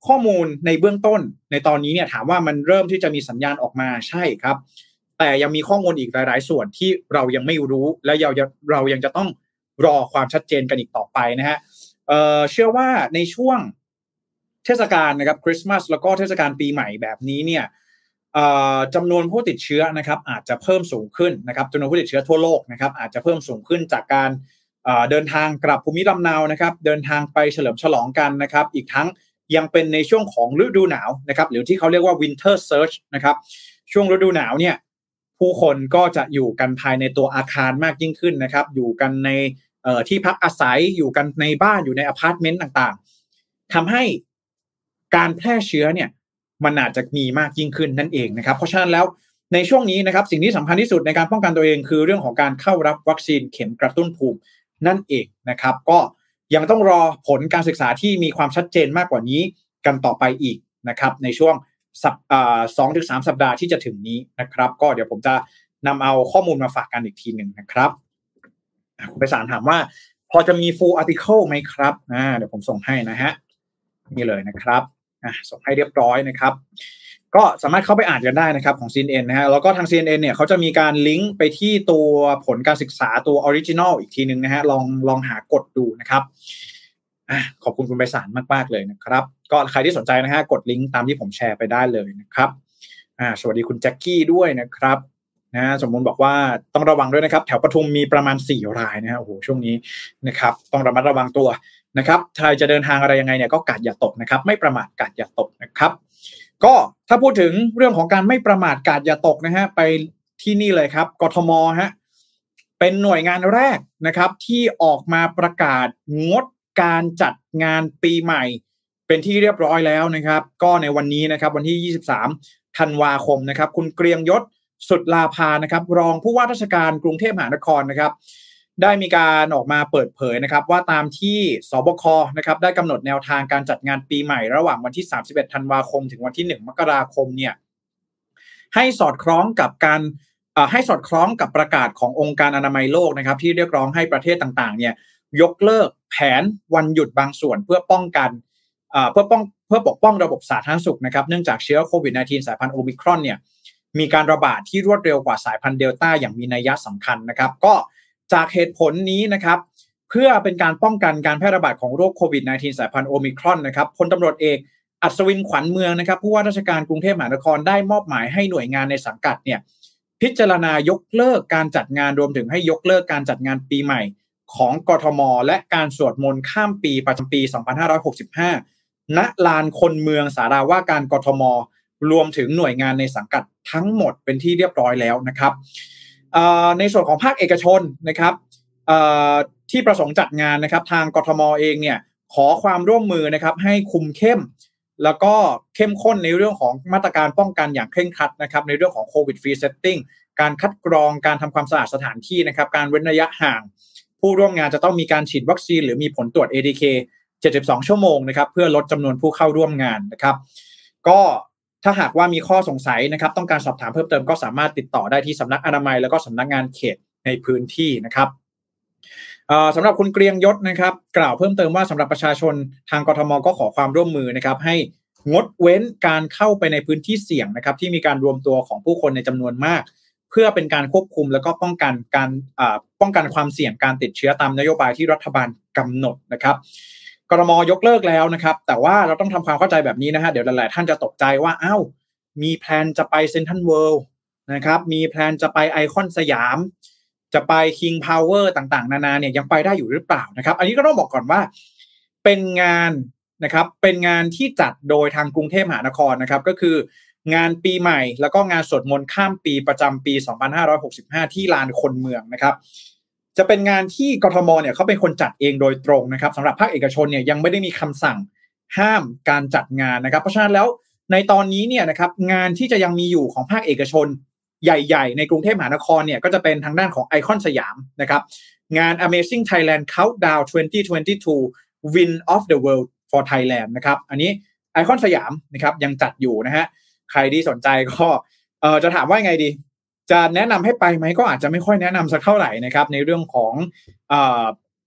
ข้อมูลในเบื้องต้นในตอนนี้เนี่ยถามว่ามันเริ่มที่จะมีสัญญาณออกมาใช่ครับแต่ยังมีข้อมูลอีกหลายๆส่วนที่เรายังไม่รู้และเราเรายังจะต้องรอความชัดเจนกันอีกต่อไปนะฮะเอ่อเชื่อว่าในช่วงเทศกาลนะครับคริสต์มาสแล้วก็เทศกาลปีใหม่แบบนี้เนี่ยจำนวนผู้ติดเชื้อนะครับอาจจะเพิ่มสูงขึ้นนะครับจำนวนผู้ติดเชื้อทั่วโลกนะครับอาจจะเพิ่มสูงขึ้นจากการเดินทางกลับภูมิลำเนานะครับเดินทางไปเฉลิมฉลองกันนะครับอีกทั้งยังเป็นในช่วงของฤดูหนาวนะครับหรือที่เขาเรียกว่า winter surge นะครับช่วงฤดูหนาวเนี่ยผู้คนก็จะอยู่กันภายในตัวอาคารมากยิ่งขึ้นนะครับอยู่กันในที่พักอาศัยอยู่กันในบ้านอยู่ในอพาร์ตเมนต์ต่างๆทำให้การแพร่เชื้อเนี่ยมันอาจจะมีมากยิ่งขึ้นนั่นเองนะครับเพราะฉะนั้นแล้วในช่วงนี้นะครับสิ่งที่สำคัญที่สุดในการป้องกันตัวเองคือเรื่องของการเข้ารับวัคซีนเข็มกระตุ้นภูมินั่นเองนะครับก็ยังต้องรอผลการศึกษาที่มีความชัดเจนมากกว่านี้กันต่อไปอีกนะครับในช่วงสัปสองถึงสามสัปดาห์ที่จะถึงนี้นะครับก็เดี๋ยวผมจะนำเอาข้อมูลมาฝากกันอีกทีหนึ่งนะครับคุณไปสารถามว่าพอจะมี full article ไหมครับอ่าเดี๋ยวผมส่งให้นะฮะนี่เลยนะครับอ่ะส่งให้เรียบร้อยนะครับก็สามารถเข้าไปอ่านกันได้นะครับของ ซี เอ็น เอ็น นะฮะแล้วก็ทาง ซี เอ็น เอ็น เนี่ยเขาจะมีการลิงก์ไปที่ตัวผลการศึกษาตัวออริจินอลอีกทีนึงนะฮะลองลองหากดดูนะครับอ่ะขอบคุณคุณไพศาลมากๆเลยนะครับก็ใครที่สนใจนะฮะกดลิงก์ตามที่ผมแชร์ไปได้เลยนะครับอ่าสวัสดีคุณแจ็คกี้ด้วยนะครับนะสมมุติบอกว่าต้องระวังด้วยนะครับแถวปทุมมีประมาณสี่รายนะฮะโอ้โหช่วงนี้นะครับต้องระมัดระวังตัวนะครับใครจะเดินทางอะไรยังไงเนี่ยก็กาดอย่าตกนะครับไม่ประมาทกาดอย่าตกนะครับก็ถ้าพูดถึงเรื่องของการไม่ประมาทกาดอย่าตกนะฮะไปที่นี่เลยครับกทมฮะเป็นหน่วยงานแรกนะครับที่ออกมาประกาศงดการจัดงานปีใหม่เป็นที่เรียบร้อยแล้วนะครับก็ในวันนี้นะครับวันที่ยี่สิบสามธันวาคมนะครับคุณเกรียงยศสุดลาภานะครับรองผู้ว่าราชการกรุงเทพมหานครนะครับได้มีการออกมาเปิดเผยนะครับว่าตามที่สบคนะครับได้กำหนดแนวทางการจัดงานปีใหม่ระหว่างวันที่สามสิบเอ็ดธันวาคมถึงวันที่หนึ่งมกราคมเนี่ยให้สอดคล้องกับการให้สอดคล้องกับประกาศขององค์การอนามัยโลกนะครับที่เรียกร้องให้ประเทศต่างๆเนี่ยยกเลิกแผนวันหยุดบางส่วนเพื่อป้องกันเพื่อป้องเพื่อปกป้องระบบสาธารณสุขนะครับเนื่องจากเชื้อโควิด สิบเก้า สายพันธุ์โอมิครอนเนี่ยมีการระบาดที่รวดเร็วกว่าสายพันธุ์เดลต้าอย่างมีนัยสำคัญนะครับก็จากเหตุผลนี้นะครับเพื่อเป็นการป้องกันการแพร่ระบาดของโรคโควิด สิบเก้า สายพันธุ์โอมิครอนนะครับพลตำรวจเอกอัศวินขวัญเมืองนะครับผู้ว่าราชการกรุงเทพมหานครได้มอบหมายให้หน่วยงานในสังกัดเนี่ยพิจารณายกเลิกการจัดงานรวมถึงให้ยกเลิกการจัดงานปีใหม่ของกทมและการสวดมนต์ข้ามปีประจำปีสองพันห้าร้อยหกสิบห้าณลานคนเมืองสาราว่าการกทมรวมถึงหน่วยงานในสังกัดทั้งหมดเป็นที่เรียบร้อยแล้วนะครับในส่วนของภาคเอกชนนะครับที่ประสงค์จัดงานนะครับทางกทมเองเนี่ยขอความร่วมมือนะครับให้คุมเข้มแล้วก็เข้มข้นในเรื่องของมาตรการป้องกันอย่างเคร่งครัดนะครับในเรื่องของโควิดฟรีเซตติ้งการคัดกรองการทำความสะอาดสถานที่นะครับการเว้นระยะห่างผู้ร่วมงานจะต้องมีการฉีดวัคซีนหรือมีผลตรวจ เอ ที เค เจ็ดสิบสองชั่วโมงนะครับเพื่อลดจำนวนผู้เข้าร่วมงานนะครับก็ถ้าหากว่ามีข้อสงสัยนะครับต้องการสอบถามเพิ่มเติมก็สามารถติดต่อได้ที่สำนักอนามัยแล้วก็สำนักงานเขตในพื้นที่นะครับสำหรับคุณเกรียงยศนะครับกล่าวเพิ่มเติมว่าสำหรับประชาชนทางกทมก็ขอความร่วมมือนะครับให้งดเว้นการเข้าไปในพื้นที่เสี่ยงนะครับที่มีการรวมตัวของผู้คนในจำนวนมากเพื่อเป็นการควบคุมแล้วก็ป้องกันการป้องกันความเสี่ยงการติดเชื้อตามนโยบายที่รัฐบาลกำหนดนะครับกทมยกเลิกแล้วนะครับแต่ว่าเราต้องทำความเข้าใจแบบนี้นะฮะเดี๋ยวหลายๆท่านจะตกใจว่าอ้าวมีแพลนจะไปเซ็นทรัลเวิลด์นะครับมีแพลนจะไปไอคอนสยามจะไป King Power ต่างๆนานาเนี่ยยังไปได้อยู่หรือเปล่านะครับอันนี้ก็ต้องบอกก่อนว่าเป็นงานนะครับเป็นงานที่จัดโดยทางกรุงเทพมหานครนะครับก็คืองานปีใหม่แล้วก็งานสวดมนต์ข้ามปีประจำปีสองพันห้าร้อยหกสิบห้าที่ลานคนเมืองนะครับจะเป็นงานที่กทมเนี่ยเขาเป็นคนจัดเองโดยตรงนะครับสำหรับภาคเอกชนเนี่ยยังไม่ได้มีคำสั่งห้ามการจัดงานนะครับเพราะฉะนั้นแล้วในตอนนี้เนี่ยนะครับงานที่จะยังมีอยู่ของภาคเอกชนใหญ่ๆในกรุงเทพมหานครเนี่ยก็จะเป็นทางด้านของไอคอนสยามนะครับงาน Amazing Thailand Countdown ยี่สิบยี่สิบสอง Win of the World for Thailand นะครับอันนี้ไอคอนสยามนะครับยังจัดอยู่นะฮะใครที่สนใจก็เอ่อจะถามว่าไงดีจะแนะนำให้ไปไหมก็อาจจะไม่ค่อยแนะนำสักเท่าไหร่นะครับในเรื่องของเอ่อ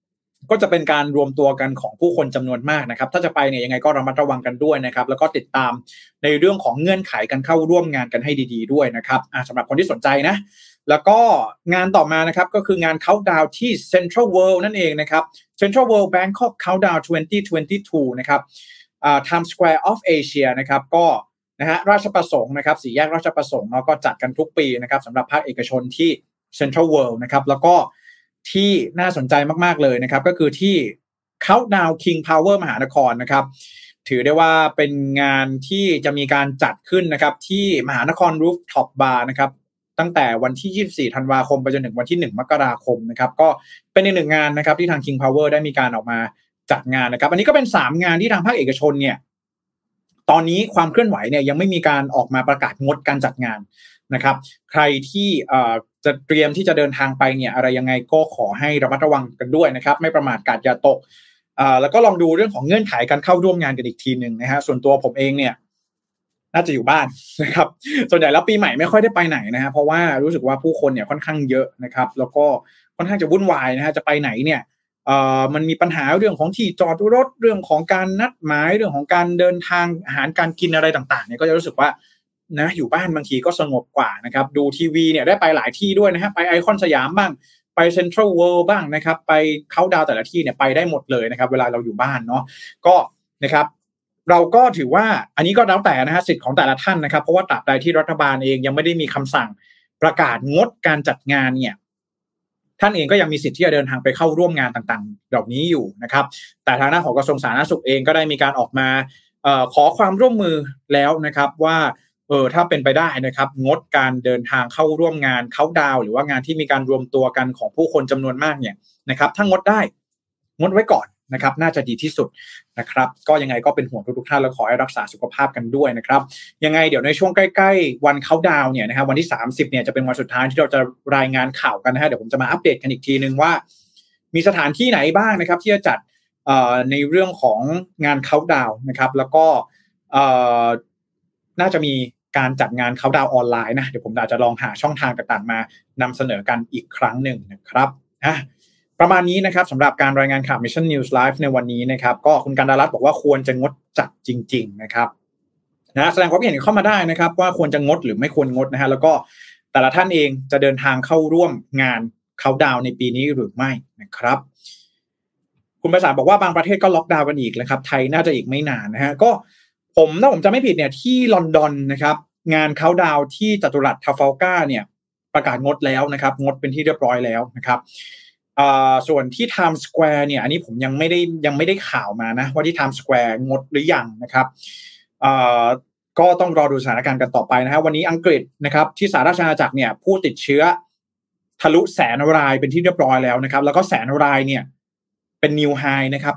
ก็จะเป็นการรวมตัวกันของผู้คนจำนวนมากนะครับถ้าจะไปเนี่ยยังไงก็ระมัดระวังกันด้วยนะครับแล้วก็ติดตามในเรื่องของเงื่อนไขการเข้าร่วมงานกันให้ดีๆด้วยนะครับสำหรับคนที่สนใจนะแล้วก็งานต่อมานะครับก็คืองาน Countdown ที่ Central World นั่นเองนะครับ Central World Bangkok Countdown ยี่สิบยี่สิบสองนะครับอ่า Times Square of Asia นะครับก็นะฮะราชประสงค์นะครับสี่แยกราชประสงค์แล้วก็จัดกันทุกปีนะครับสำหรับภาคเอกชนที่ Central World นะครับแล้วก็ที่น่าสนใจมากๆเลยนะครับก็คือที่ Countdown King Power มหานครนะครับถือได้ว่าเป็นงานที่จะมีการจัดขึ้นนะครับที่มหานคร Rooftop Bar นะครับตั้งแต่วันที่ยี่สิบสี่ธันวาคมไปจนถึงวันที่หนึ่งมกราคมนะครับก็เป็นอีกหนึ่งงานนะครับที่ทาง King Power ได้มีการออกมาจัดงานนะครับอันนี้ก็เป็นสามงานที่ทางภาคเอกชนเนี่ยตอนนี้ความเคลื่อนไหวเนี่ยยังไม่มีการออกมาประกาศงดการจัดงานนะครับใครที่เอ่อจะเตรียมที่จะเดินทางไปเนี่ยอะไรยังไงก็ขอให้ระมัดระวังกันด้วยนะครับไม่ประมาทกาดอย่าตกเอ่อแล้วก็ลองดูเรื่องของเงื่อนไขการเข้าร่วมงานกันอีกทีนึงนะฮะส่วนตัวผมเองเนี่ยน่าจะอยู่บ้านนะครับส่วนใหญ่แล้วปีใหม่ไม่ค่อยได้ไปไหนนะฮะเพราะว่ารู้สึกว่าผู้คนเนี่ยค่อนข้างเยอะนะครับแล้วก็ค่อนข้างจะวุ่นวายนะฮะจะไปไหนเนี่ยเอ่อมันมีปัญหาเรื่องของที่จอดรถเรื่องของการนัดหมายเรื่องของการเดินทางอาหารการกินอะไรต่างๆเนี่ยก็จะรู้สึกว่านะอยู่บ้านบางทีก็สงบกว่านะครับดูทีวีเนี่ยได้ไปหลายที่ด้วยนะฮะไปไอคอนสยามบ้างไปเซ็นทรัลเวิลด์บ้างนะครับไปเค้าดาวน์แต่ละที่เนี่ยไปได้หมดเลยนะครับเวลาเราอยู่บ้านเนาะก็นะครับเราก็ถือว่าอันนี้ก็แล้วแต่นะฮะสิทธิ์ของแต่ละท่านนะครับเพราะว่าตราบใดที่รัฐบาลเองยังไม่ได้มีคำสั่งประกาศงดการจัดงานเนี่ยท่านเองก็ยังมีสิทธิ์ที่จะเดินทางไปเข้าร่วมงานต่างๆเหล่านี้อยู่นะครับแต่ทางด้านของกระทรวงสาธารณสุขเองก็ได้มีการออกมาเอ่อขอความร่วมมือแล้วนะครับว่าเออถ้าเป็นไปได้นะครับงดการเดินทางเข้าร่วมงานเค้าดาวน์หรือว่างานที่มีการรวมตัวกันของผู้คนจำนวนมากเนี่ยนะครับถ้างดได้งดไว้ก่อนนะครับน่าจะดีที่สุดนะครับก็ยังไงก็เป็นห่วงทุกๆท่านและขอให้รักษาสุขภาพกันด้วยนะครับยังไงเดี๋ยวในช่วงใกล้ๆวันเค้าดาวน์เนี่ยนะครับวันที่สามสิบเนี่ยจะเป็นวันสุดท้ายที่เราจะรายงานข่าวกันนะฮะเดี๋ยวผมจะมาอัปเดตกันอีกทีนึงว่ามีสถานที่ไหนบ้างนะครับที่จะจัดเอ่อในเรื่องของงานเค้าดาวน์นะครับแล้วก็เอ่อน่าจะมีการจัดงานเค้าดาวน์ออนไลน์นะเดี๋ยวผมอาจจะลองหาช่องทางต่างๆมานำเสนอกันอีกครั้งหนึ่งนะครับอ่ะประมาณนี้นะครับสำหรับการรายงานข่าว Mission News Live ในวันนี้นะครับก็คุณกันดารัตน์บอกว่าควรจะงดจัดจริงๆนะครับนะแสดงความคิดเห็นเข้ามาได้นะครับว่าควรจะงดหรือไม่ควรงดนะฮะแล้วก็แต่ละท่านเองจะเดินทางเข้าร่วมงานเค้าดาวน์ในปีนี้หรือไม่นะครับคุณประสานบอกว่าบางประเทศก็ล็อกดาวน์กันอีกนะครับไทยน่าจะอีกไม่นานนะฮะก็ผมถ้าผมจำไม่ผิดเนี่ยที่ลอนดอนนะครับงานเค้าดาวน์ที่จัตุรัสทราฟัลการ์เนี่ยประกาศงดแล้วนะครับงดเป็นที่เรียบร้อยแล้วนะครับอ่าส่วนที่ Times Square เนี่ยอันนี้ผมยังไม่ได้ยังไม่ได้ข่าวมานะว่าที่ Times Square งดหรือยังนะครับอ่าก็ต้องรอดูสถานการณ์กันต่อไปนะฮะวันนี้อังกฤษนะครับที่สหราชอาณาจักรเนี่ยผู้ติดเชื้อทะลุแสนรายเป็นที่เรียบร้อยแล้วนะครับแล้วก็แสนรายเนี่ยเป็น New High นะครับ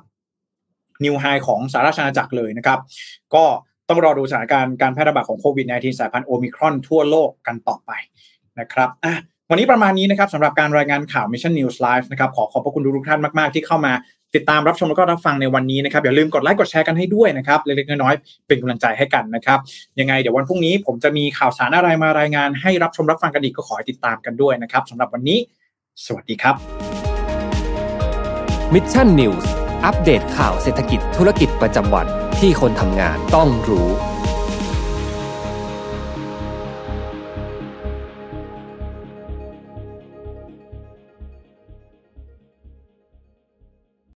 New High ของสหราชอาณาจักรเลยนะครับก็ต้องรอดูสถานการณ์การแพร่ระบาดของโควิด สิบเก้า สายพันธุ์โอมิครอนทั่วโลกกันต่อไปนะครับอ่ะวันนี้ประมาณนี้นะครับสำหรับการรายงานข่าว Mission News Live นะครับขอขอบพระคุณทุกท่านมากๆที่เข้ามาติดตามรับชมแล้วก็รับฟังในวันนี้นะครับอย่าลืมกดไลค์กดแชร์กันให้ด้วยนะครับเล็กๆน้อยๆเป็นกำลังใจให้กันนะครับยังไงเดี๋ยววันพรุ่งนี้ผมจะมีข่าวสารอะไรมารายงานให้รับชมรับฟังกันอีกก็ขอให้ติดตามกันด้วยนะครับสำหรับวันนี้สวัสดีครับ Mission News อัปเดตข่าวเศรษฐกิจธุรกิจประจำวันที่คนทำงานต้องรู้